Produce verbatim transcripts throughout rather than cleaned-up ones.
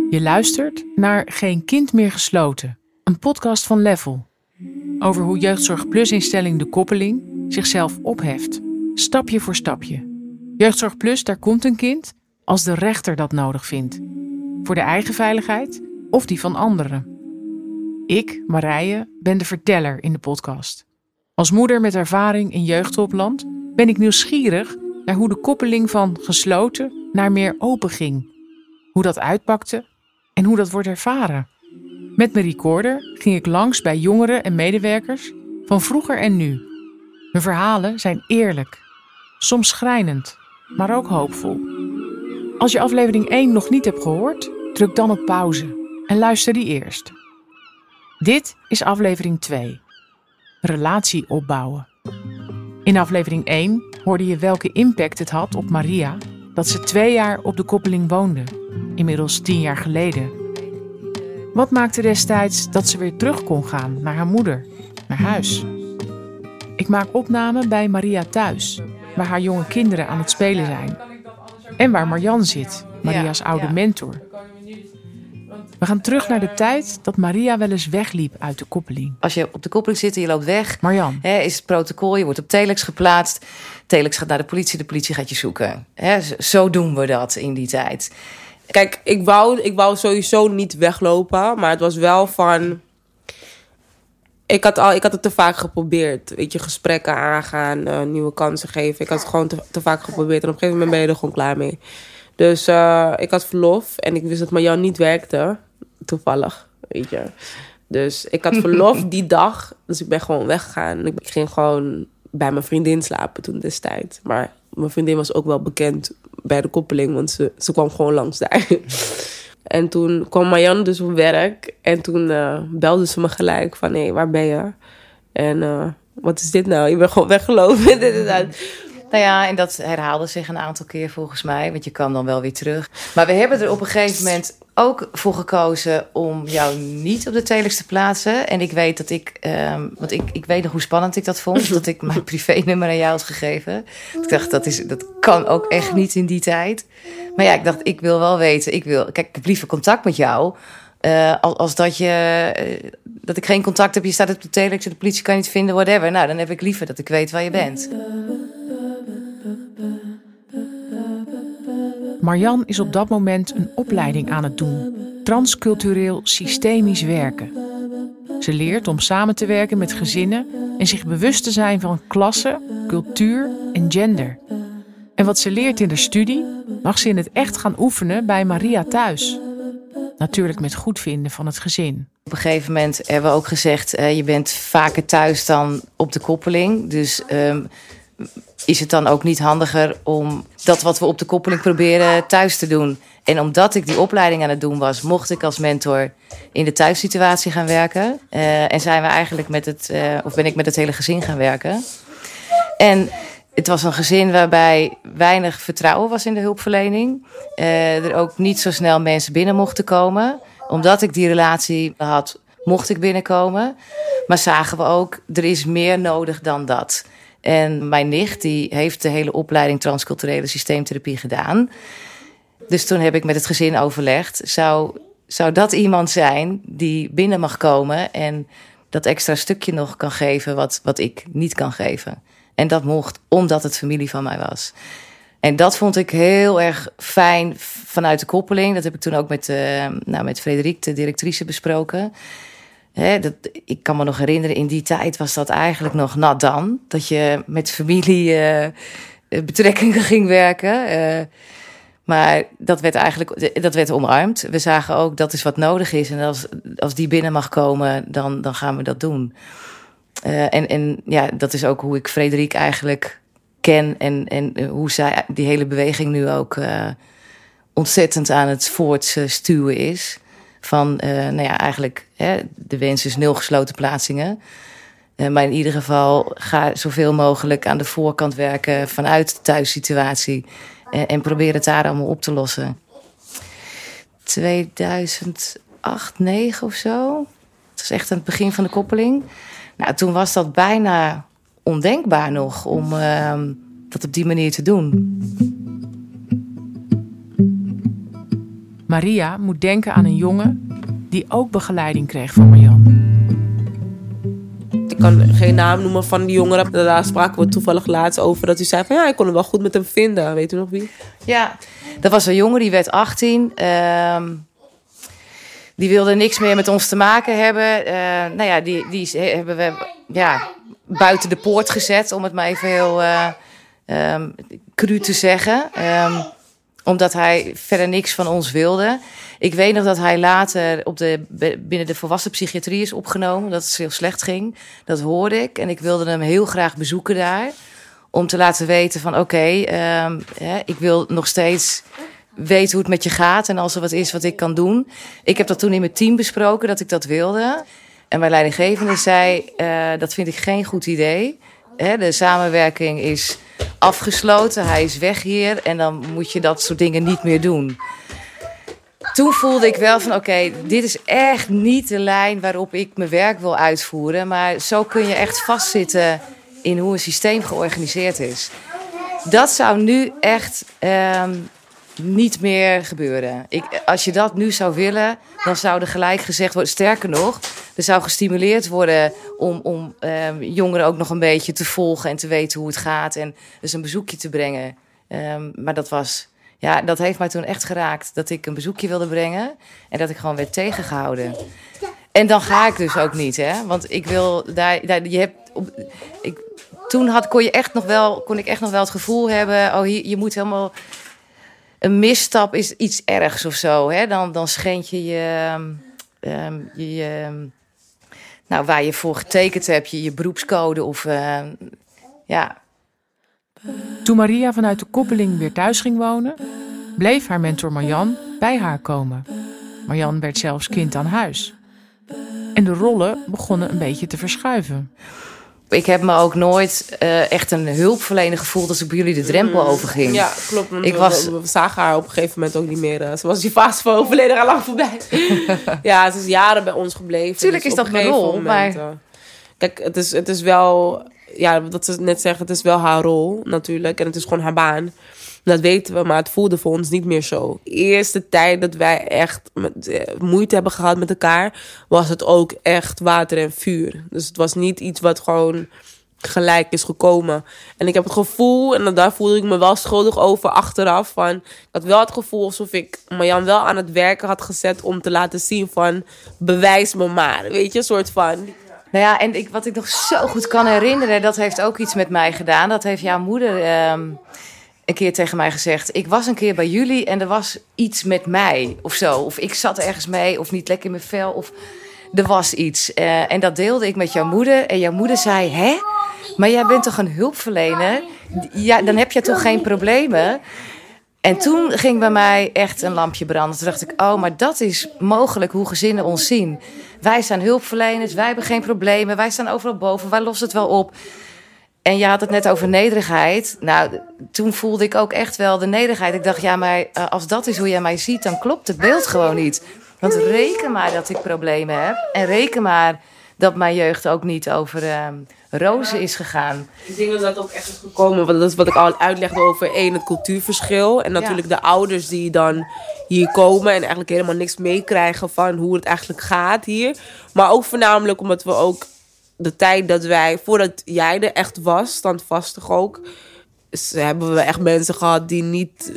Je luistert naar Geen Kind meer gesloten, een podcast van Level. Over hoe Jeugdzorg Plus instelling De Koppeling zichzelf opheft, stapje voor stapje. Jeugdzorg Plus, daar komt een kind als de rechter dat nodig vindt. Voor de eigen veiligheid of die van anderen. Ik, Marije, ben de verteller in de podcast. Als moeder met ervaring in jeugdhulpland ben ik nieuwsgierig naar hoe de koppeling van gesloten naar meer open ging. Hoe dat uitpakte en hoe dat wordt ervaren. Met mijn recorder ging ik langs bij jongeren en medewerkers van vroeger en nu. Hun verhalen zijn eerlijk, soms schrijnend, maar ook hoopvol. Als je aflevering één nog niet hebt gehoord, druk dan op pauze en luister die eerst. Dit is aflevering twee. Relatie opbouwen. In aflevering één hoorde je welke impact het had op Maria dat ze twee jaar op de koppeling woonde, inmiddels tien jaar geleden. Wat maakte destijds dat ze weer terug kon gaan naar haar moeder, naar huis? Ik maak opname bij Maria thuis, waar haar jonge kinderen aan het spelen zijn. En waar Marjan zit, Maria's oude ja, ja. mentor. We gaan terug naar de tijd dat Maria wel eens wegliep uit de koppeling. Als je op de koppeling zit en je loopt weg, Marjan. Hè, is het protocol, je wordt op telex geplaatst. Telex gaat naar de politie, de politie gaat je zoeken. Hè, zo doen we dat in die tijd. Kijk, ik wou, ik wou sowieso niet weglopen, maar het was wel van... Ik had, al, ik had het te vaak geprobeerd. Weet je, gesprekken aangaan, uh, nieuwe kansen geven. Ik had het gewoon te, te vaak geprobeerd en op een gegeven moment ben je er gewoon klaar mee. Dus uh, ik had verlof en ik wist dat Marjan niet werkte. Toevallig, weet je. Dus ik had verlof die dag. Dus ik ben gewoon weggegaan. Ik ging gewoon bij mijn vriendin slapen toen destijds. Maar mijn vriendin was ook wel bekend bij de koppeling. Want ze, ze kwam gewoon langs daar. En toen kwam Marjan dus op werk. En toen uh, belde ze me gelijk van... Hé, hey, waar ben je? En uh, wat is dit nou? Je bent gewoon weggelopen. Dit en dat. Nou ja, en dat herhaalde zich een aantal keer volgens mij. Want je kwam dan wel weer terug. Maar we hebben er op een gegeven moment ook voor gekozen om jou niet op de telex te plaatsen. En ik weet dat ik, um, want ik, ik weet nog hoe spannend ik dat vond. Dat ik mijn privénummer aan jou had gegeven. Ik dacht, dat, is, dat kan ook echt niet in die tijd. Maar ja, ik dacht, ik wil wel weten. Ik wil, kijk, ik heb liever contact met jou. Uh, als, als dat je, uh, dat ik geen contact heb, je staat op de telex en de politie kan je niet vinden, whatever. Nou, dan heb ik liever dat ik weet waar je bent. Marjan is op dat moment een opleiding aan het doen. Transcultureel systemisch werken. Ze leert om samen te werken met gezinnen en zich bewust te zijn van klasse, cultuur en gender. En wat ze leert in de studie, mag ze in het echt gaan oefenen bij Maria thuis. Natuurlijk met goedvinden van het gezin. Op een gegeven moment hebben we ook gezegd, uh, je bent vaker thuis dan op de koppeling. Dus um, is het dan ook niet handiger om dat wat we op de koppeling proberen thuis te doen. En omdat ik die opleiding aan het doen was, mocht ik als mentor in de thuissituatie gaan werken. Uh, en zijn we eigenlijk met het, uh, of ben ik met het hele gezin gaan werken. En het was een gezin waarbij weinig vertrouwen was in de hulpverlening. Uh, er ook niet zo snel mensen binnen mochten komen. Omdat ik die relatie had, mocht ik binnenkomen. Maar zagen we ook, er is meer nodig dan dat. En mijn nicht, die heeft de hele opleiding transculturele systeemtherapie gedaan. Dus toen heb ik met het gezin overlegd. Zou, zou dat iemand zijn die binnen mag komen en dat extra stukje nog kan geven wat, wat ik niet kan geven? En dat mocht, omdat het familie van mij was. En dat vond ik heel erg fijn vanuit de koppeling. Dat heb ik toen ook met, uh, nou, met Frederik, de directrice, besproken. He, dat, ik kan me nog herinneren, in die tijd was dat eigenlijk nog nat dan. Dat je met familie uh, betrekkingen ging werken. Uh, maar dat werd eigenlijk dat werd omarmd. We zagen ook, dat is wat nodig is. En als, als die binnen mag komen, dan, dan gaan we dat doen. Uh, en, en ja, dat is ook hoe ik Frederik eigenlijk ken. En, en hoe zij die hele beweging nu ook uh, ontzettend aan het voortstuwen is. Van, uh, nou ja, eigenlijk, hè, de wens is nul gesloten plaatsingen. Uh, maar in ieder geval, ga zoveel mogelijk aan de voorkant werken vanuit de thuissituatie. Uh, en probeer het daar allemaal op te lossen. tweeduizend acht, negen of zo. Het was echt aan het begin van de koppeling. Nou, toen was dat bijna ondenkbaar nog om uh, dat op die manier te doen. Maria moet denken aan een jongen die ook begeleiding kreeg van Marjan. Ik kan geen naam noemen van die jongeren. Daar spraken we toevallig laatst over. Dat hij zei van ja, ik kon het wel goed met hem vinden. Weet u nog wie? Ja, dat was een jongen die werd achttien. Um, die wilde niks meer met ons te maken hebben. Uh, nou ja, die, die hebben we ja, buiten de poort gezet. Om het maar even heel uh, um, cru te zeggen. Um, omdat hij verder niks van ons wilde. Ik weet nog dat hij later op de, binnen de volwassen psychiatrie is opgenomen. Dat het heel slecht ging. Dat hoorde ik. En ik wilde hem heel graag bezoeken daar. Om te laten weten van oké, okay, um, ik wil nog steeds weten hoe het met je gaat. En als er wat is wat ik kan doen. Ik heb dat toen in mijn team besproken dat ik dat wilde. En mijn leidinggevende zei, uh, dat vind ik geen goed idee. Hè, de samenwerking is afgesloten. Hij is weg hier. En dan moet je dat soort dingen niet meer doen. Toen voelde ik wel van oké, okay, dit is echt niet de lijn waarop ik mijn werk wil uitvoeren. Maar zo kun je echt vastzitten in hoe een systeem georganiseerd is. Dat zou nu echt um, niet meer gebeuren. Ik, als je dat nu zou willen, dan zou er gelijk gezegd worden. Sterker nog, er zou gestimuleerd worden om, om um, jongeren ook nog een beetje te volgen en te weten hoe het gaat. En dus een bezoekje te brengen. Um, maar dat was... Ja, dat heeft mij toen echt geraakt. Dat ik een bezoekje wilde brengen. En dat ik gewoon werd tegengehouden. En dan ga ik dus ook niet, hè. Want ik wil daar... daar je hebt, op, ik, toen had, kon, je echt nog wel, kon ik echt nog wel het gevoel hebben... Oh, hier, je moet helemaal... Een misstap is iets ergs of zo, hè. Dan, dan schend je je... Um, je, je nou, waar je voor getekend hebt, je, je beroepscode of... Uh, ja... Toen Maria vanuit de koppeling weer thuis ging wonen, bleef haar mentor Marjan bij haar komen. Marjan werd zelfs kind aan huis. En de rollen begonnen een beetje te verschuiven. Ik heb me ook nooit uh, echt een hulpverlener gevoeld als ik bij jullie de drempel overging. Ja, klopt. Ik we, was... we, we zagen haar op een gegeven moment ook niet meer. Uh, ze was die fase van overleden al lang voorbij. Ja, ze is jaren bij ons gebleven. Tuurlijk dus is dat mijn rol, moment, maar... Uh, kijk, het is, het is wel... Ja, wat ze net zeggen, het is wel haar rol natuurlijk. En het is gewoon haar baan. Dat weten we, maar het voelde voor ons niet meer zo. De eerste tijd dat wij echt met, eh, moeite hebben gehad met elkaar... was het ook echt water en vuur. Dus het was niet iets wat gewoon gelijk is gekomen. En ik heb het gevoel, en daar voelde ik me wel schuldig over achteraf... van ik had wel het gevoel alsof ik Marjan wel aan het werken had gezet... om te laten zien van, bewijs me maar. Weet je, een soort van... Nou ja, en ik, wat ik nog zo goed kan herinneren, dat heeft ook iets met mij gedaan. Dat heeft jouw moeder um, een keer tegen mij gezegd. Ik was een keer bij jullie en er was iets met mij of zo. Of ik zat ergens mee of niet lekker in mijn vel of er was iets. Uh, en dat deelde ik met jouw moeder. En jouw moeder zei, hè? Maar jij bent toch een hulpverlener? Ja, dan heb je toch geen problemen? En toen ging bij mij echt een lampje branden. Toen dacht ik, oh, maar dat is mogelijk hoe gezinnen ons zien. Wij zijn hulpverleners, wij hebben geen problemen. Wij staan overal boven, wij lossen het wel op. En je had het net over nederigheid. Nou, toen voelde ik ook echt wel de nederigheid. Ik dacht, ja, maar als dat is hoe jij mij ziet... dan klopt het beeld gewoon niet. Want reken maar dat ik problemen heb. En reken maar dat mijn jeugd ook niet over uh, rozen is gegaan. Ik denk dat dat ook echt is gekomen. Want dat is wat ik al uitlegde over één, het cultuurverschil. En natuurlijk ja. de ouders die dan hier komen... en eigenlijk helemaal niks meekrijgen van hoe het eigenlijk gaat hier. Maar ook voornamelijk omdat we ook de tijd dat wij... voordat jij er echt was, standvastig ook... Dus hebben we echt mensen gehad die niet...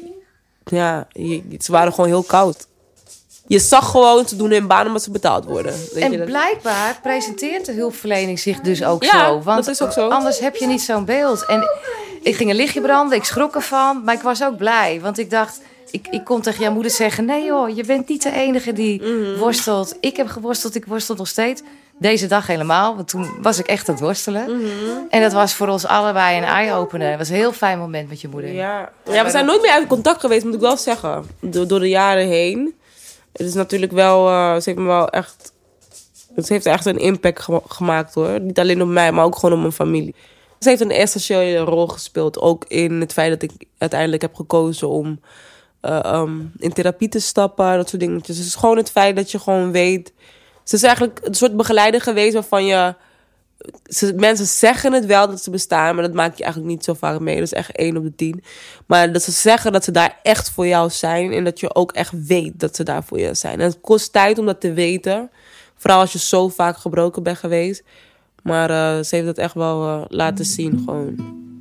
Ja, ze waren gewoon heel koud. Je zag gewoon, ze doen hun baan omdat ze betaald worden. Weet en je dat? Blijkbaar presenteert de hulpverlening zich dus ook ja, zo. Want dat is ook zo. Anders heb je niet zo'n beeld. En ik ging een lichtje branden, ik schrok ervan. Maar ik was ook blij, want ik dacht... Ik, ik kon tegen jouw moeder zeggen... nee joh, je bent niet de enige die mm-hmm. worstelt. Ik heb geworsteld, ik worstel nog steeds. Deze dag helemaal, want toen was ik echt aan het worstelen. Mm-hmm. En dat was voor ons allebei een eye-opener. Het was een heel fijn moment met je moeder. Ja, ja we zijn nooit meer uit contact geweest, moet ik wel zeggen. Door, door de jaren heen. Het is natuurlijk wel... Uh, ze heeft me wel echt... Het heeft echt een impact ge- gemaakt hoor. Niet alleen op mij, maar ook gewoon op mijn familie. Ze heeft een essentiële rol gespeeld. Ook in het feit dat ik uiteindelijk heb gekozen om... Uh, um, in therapie te stappen, dat soort dingetjes. Dus het is gewoon het feit dat je gewoon weet... Ze is eigenlijk een soort begeleider geweest waarvan je Ze, mensen zeggen het wel dat ze bestaan, maar dat maak je eigenlijk niet zo vaak mee. Dat is echt één op de tien. Maar dat ze zeggen dat ze daar echt voor jou zijn en dat je ook echt weet dat ze daar voor jou zijn. En het kost tijd om dat te weten. Vooral als je zo vaak gebroken bent geweest. Maar uh, ze heeft dat echt wel uh, laten zien gewoon.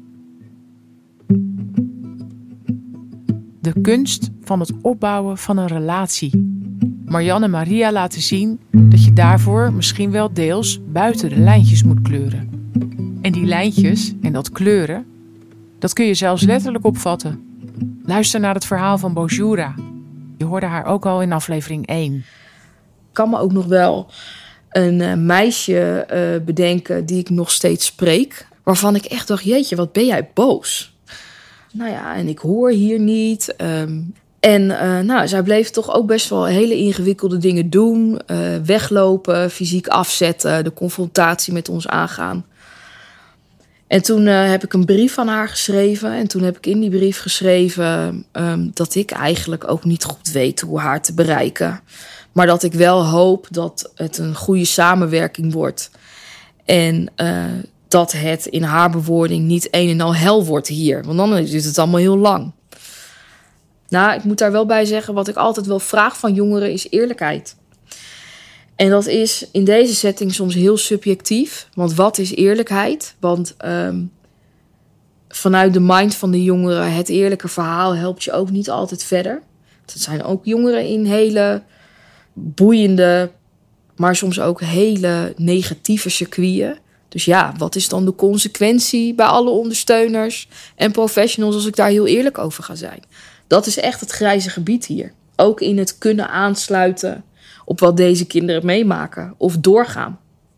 De kunst van het opbouwen van een relatie. Marianne en Maria laten zien dat je daarvoor misschien wel deels buiten de lijntjes moet kleuren. En die lijntjes en dat kleuren, dat kun je zelfs letterlijk opvatten. Luister naar het verhaal van Bojura. Je hoorde haar ook al in aflevering één. Ik kan me ook nog wel een uh, meisje uh, bedenken die ik nog steeds spreek. Waarvan ik echt dacht, jeetje, wat ben jij boos. Nou ja, en ik hoor hier niet. Um, en uh, nou, zij bleef toch ook best wel hele ingewikkelde dingen doen. Uh, weglopen, fysiek afzetten, de confrontatie met ons aangaan. En toen uh, heb ik een brief aan haar geschreven. En toen heb ik in die brief geschreven um, dat ik eigenlijk ook niet goed weet hoe haar te bereiken. Maar dat ik wel hoop dat het een goede samenwerking wordt. En uh, dat het in haar bewoording niet een en al hel wordt hier. Want dan duurt het allemaal heel lang. Nou, ik moet daar wel bij zeggen, wat ik altijd wel vraag van jongeren is eerlijkheid. En dat is in deze setting soms heel subjectief. Want wat is eerlijkheid? Want um, vanuit de mind van de jongeren, het eerlijke verhaal helpt je ook niet altijd verder. Het zijn ook jongeren in hele boeiende, maar soms ook hele negatieve circuiten. Dus ja, wat is dan de consequentie bij alle ondersteuners en professionals als ik daar heel eerlijk over ga zijn? Dat is echt het grijze gebied hier. Ook in het kunnen aansluiten op wat deze kinderen meemaken of doorgaan.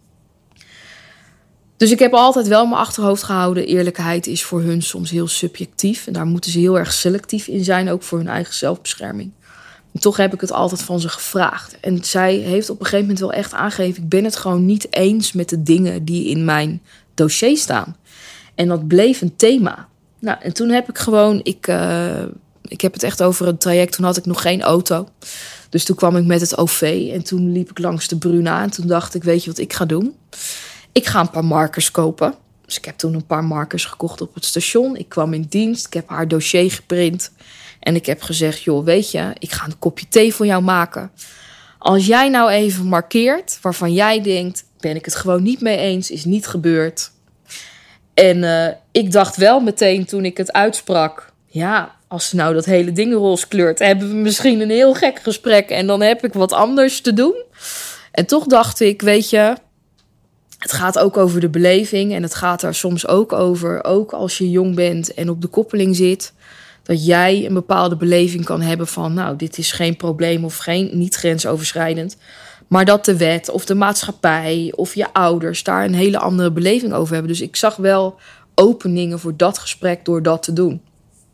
Dus ik heb altijd wel in mijn achterhoofd gehouden, eerlijkheid is voor hun soms heel subjectief. En daar moeten ze heel erg selectief in zijn, ook voor hun eigen zelfbescherming. En toch heb ik het altijd van ze gevraagd. En zij heeft op een gegeven moment wel echt aangegeven, ik ben het gewoon niet eens met de dingen die in mijn dossier staan. En dat bleef een thema. Nou, en toen heb ik gewoon, ik, uh, ik heb het echt over een traject, toen had ik nog geen auto. Dus toen kwam ik met het O V en toen liep ik langs de Bruna. En toen dacht ik, weet je wat ik ga doen? Ik ga een paar markers kopen. Dus ik heb toen een paar markers gekocht op het station. Ik kwam in dienst, ik heb haar dossier geprint. En ik heb gezegd, joh, weet je, ik ga een kopje thee voor jou maken. Als jij nou even markeert waarvan jij denkt, ben ik het gewoon niet mee eens, is niet gebeurd. En uh, ik dacht wel meteen toen ik het uitsprak, ja, als ze nou dat hele ding roze kleurt, hebben we misschien een heel gek gesprek en dan heb ik wat anders te doen. En toch dacht ik, weet je, het gaat ook over de beleving en het gaat er soms ook over, ook als je jong bent en op de koppeling zit, dat jij een bepaalde beleving kan hebben van, nou, dit is geen probleem of geen, niet grensoverschrijdend. Maar dat de wet of de maatschappij of je ouders daar een hele andere beleving over hebben. Dus ik zag wel openingen voor dat gesprek door dat te doen.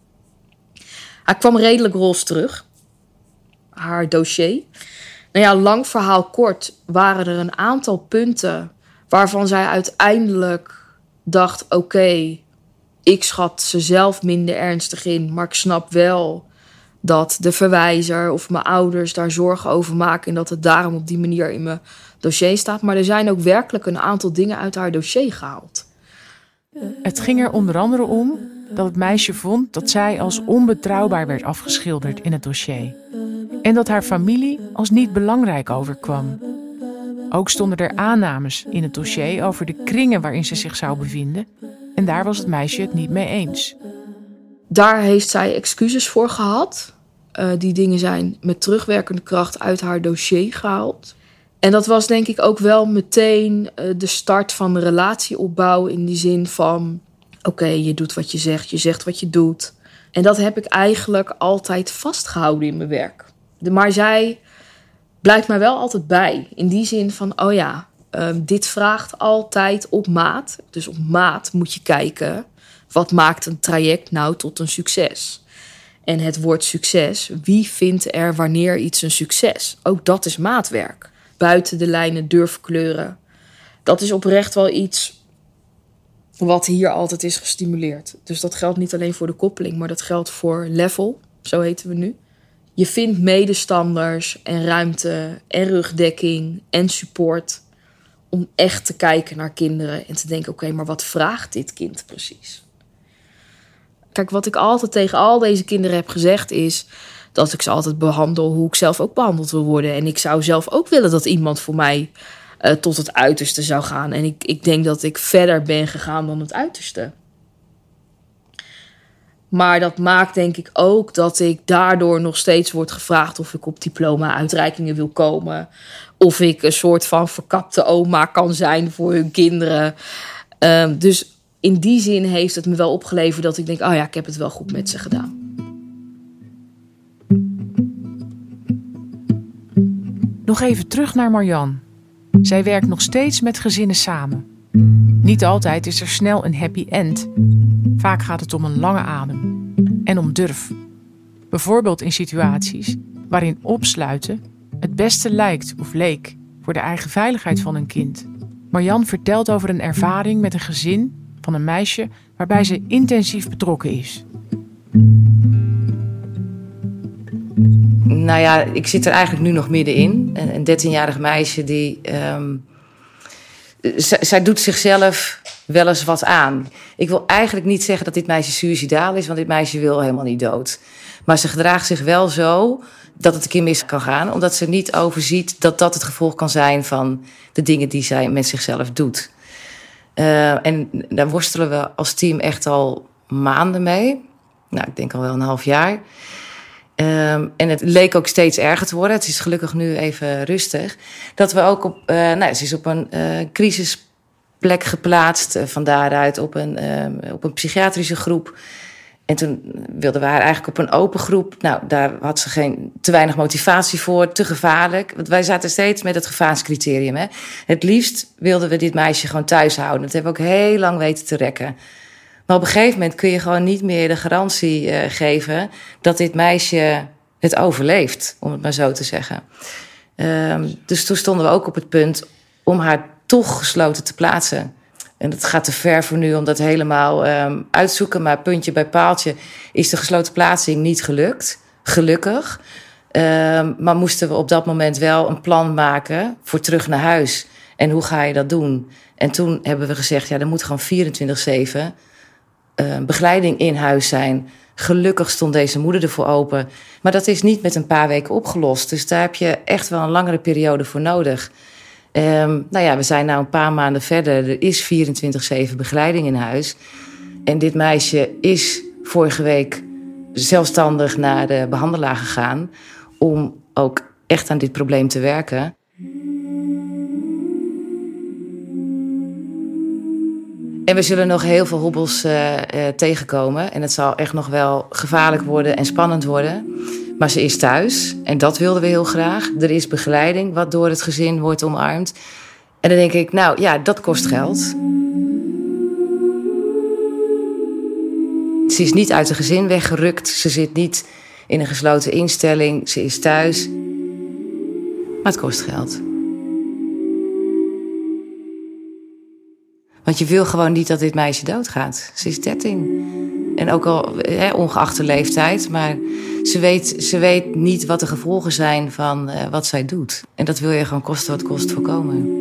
Hij kwam redelijk roze terug. Haar dossier. Nou ja, lang verhaal kort waren er een aantal punten waarvan zij uiteindelijk dacht, oké, okay, ik schat ze zelf minder ernstig in, maar ik snap wel dat de verwijzer of mijn ouders daar zorgen over maken en dat het daarom op die manier in mijn dossier staat. Maar er zijn ook werkelijk een aantal dingen uit haar dossier gehaald. Het ging er onder andere om dat het meisje vond dat zij als onbetrouwbaar werd afgeschilderd in het dossier. En dat haar familie als niet belangrijk overkwam. Ook stonden er aannames in het dossier over de kringen waarin ze zich zou bevinden. En daar was het meisje het niet mee eens. Daar heeft zij excuses voor gehad. Uh, die dingen zijn met terugwerkende kracht uit haar dossier gehaald. En dat was denk ik ook wel meteen uh, de start van de relatieopbouw in die zin van, oké, okay, je doet wat je zegt, je zegt wat je doet. En dat heb ik eigenlijk altijd vastgehouden in mijn werk. De, maar zij blijft mij wel altijd bij. In die zin van, oh ja, um, dit vraagt altijd op maat. Dus op maat moet je kijken, wat maakt een traject nou tot een succes? En het woord succes, wie vindt er wanneer iets een succes? Ook dat is maatwerk. Buiten de lijnen durven kleuren. Dat is oprecht wel iets wat hier altijd is gestimuleerd. Dus dat geldt niet alleen voor de koppeling, maar dat geldt voor Level, zo heten we nu. Je vindt medestanders en ruimte en rugdekking en support om echt te kijken naar kinderen en te denken, oké, okay, maar wat vraagt dit kind precies? Kijk, wat ik altijd tegen al deze kinderen heb gezegd is dat ik ze altijd behandel hoe ik zelf ook behandeld wil worden. En ik zou zelf ook willen dat iemand voor mij uh, tot het uiterste zou gaan. En ik, ik denk dat ik verder ben gegaan dan het uiterste. Maar dat maakt denk ik ook dat ik daardoor nog steeds word gevraagd of ik op diploma-uitreikingen wil komen. Of ik een soort van verkapte oma kan zijn voor hun kinderen. Um, dus in die zin heeft het me wel opgeleverd dat ik denk, oh ja, ik heb het wel goed met ze gedaan. Nog even terug naar Marjan. Zij werkt nog steeds met gezinnen samen. Niet altijd is er snel een happy end. Vaak gaat het om een lange adem. En om durf. Bijvoorbeeld in situaties waarin opsluiten het beste lijkt of leek voor de eigen veiligheid van een kind. Marjan vertelt over een ervaring met een gezin van een meisje waarbij ze intensief betrokken is. Nou ja, ik zit er eigenlijk nu nog middenin. Een dertienjarig meisje die... Um, z- zij doet zichzelf wel eens wat aan. Ik wil eigenlijk niet zeggen dat dit meisje suïcidaal is, want dit meisje wil helemaal niet dood. Maar ze gedraagt zich wel zo dat het een keer mis kan gaan, omdat ze niet overziet dat dat het gevolg kan zijn van de dingen die zij met zichzelf doet. Uh, en daar worstelen we als team echt al maanden mee. Nou, ik denk al wel een half jaar. Um, en het leek ook steeds erger te worden. Het is gelukkig nu even rustig. Dat we ook op... Uh, nou, ze is op een uh, crisisplek geplaatst. Uh, van daaruit op een, uh, op een psychiatrische groep. En toen wilden we haar eigenlijk op een open groep. Nou, daar had ze geen, te weinig motivatie voor. Te gevaarlijk. Want wij zaten steeds met het gevaarscriterium. Hè. Het liefst wilden we dit meisje gewoon thuis houden. Dat hebben we ook heel lang weten te rekken. Maar op een gegeven moment kun je gewoon niet meer de garantie uh, geven dat dit meisje het overleeft, om het maar zo te zeggen. Um, dus toen stonden we ook op het punt om haar toch gesloten te plaatsen. En dat gaat te ver voor nu om dat helemaal um, uitzoeken. Maar puntje bij paaltje is de gesloten plaatsing niet gelukt. Gelukkig. Um, maar moesten we op dat moment wel een plan maken voor terug naar huis. En hoe ga je dat doen? En toen hebben we gezegd, ja, er moet gewoon vierentwintig zeven... Uh, begeleiding in huis zijn. Gelukkig stond deze moeder ervoor open. Maar dat is niet met een paar weken opgelost. Dus daar heb je echt wel een langere periode voor nodig. Um, nou ja, we zijn nu een paar maanden verder. Er is vierentwintig zeven begeleiding in huis. En dit meisje is vorige week zelfstandig naar de behandelaar gegaan om ook echt aan dit probleem te werken. En we zullen nog heel veel hobbels uh, uh, tegenkomen. En het zal echt nog wel gevaarlijk worden en spannend worden. Maar ze is thuis en dat wilden we heel graag. Er is begeleiding wat door het gezin wordt omarmd. En dan denk ik, nou ja, dat kost geld. Ze is niet uit het gezin weggerukt. Ze zit niet in een gesloten instelling. Ze is thuis. Maar het kost geld. Want je wil gewoon niet dat dit meisje doodgaat. Ze is dertien. En ook al hè, ongeacht de leeftijd. Maar ze weet, ze weet niet wat de gevolgen zijn van uh, wat zij doet. En dat wil je gewoon kosten wat kost voorkomen.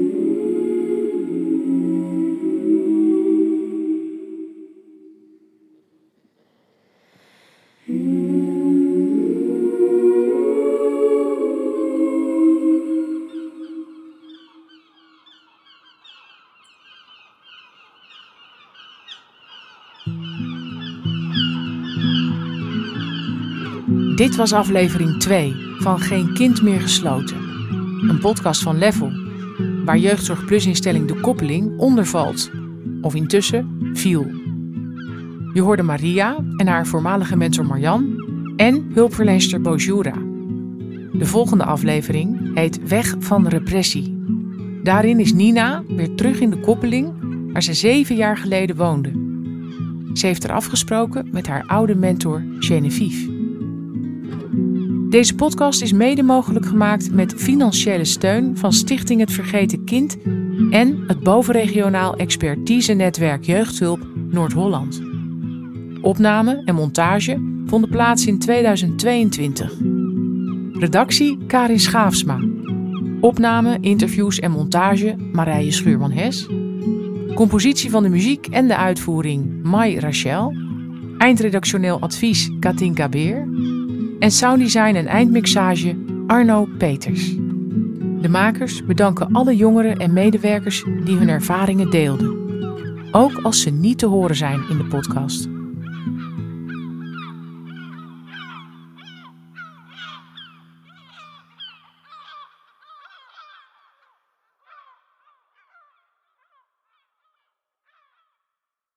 Dit was aflevering twee van Geen Kind meer gesloten. Een podcast van Level, waar Jeugdzorg Plus instelling De Koppeling onder valt. Of intussen viel. Je hoorde Maria en haar voormalige mentor Marjan en hulpverlenster Bojura. De volgende aflevering heet Weg van Repressie. Daarin is Nina weer terug in De Koppeling, waar ze zeven jaar geleden woonde. Ze heeft er afgesproken met haar oude mentor Genevieve. Deze podcast is mede mogelijk gemaakt met financiële steun van Stichting Het Vergeten Kind en het bovenregionaal expertise-netwerk Jeugdhulp Noord-Holland. Opname en montage vonden plaats in tweeduizend tweeëntwintig. Redactie Karin Schaafsma. Opname, interviews en montage Marije Schuurman-Hes. Compositie van de muziek en de uitvoering Mai Rachel. Eindredactioneel advies Katinka Beer. En sounddesign en eindmixage Arno Peters. De makers bedanken alle jongeren en medewerkers die hun ervaringen deelden. Ook als ze niet te horen zijn in de podcast.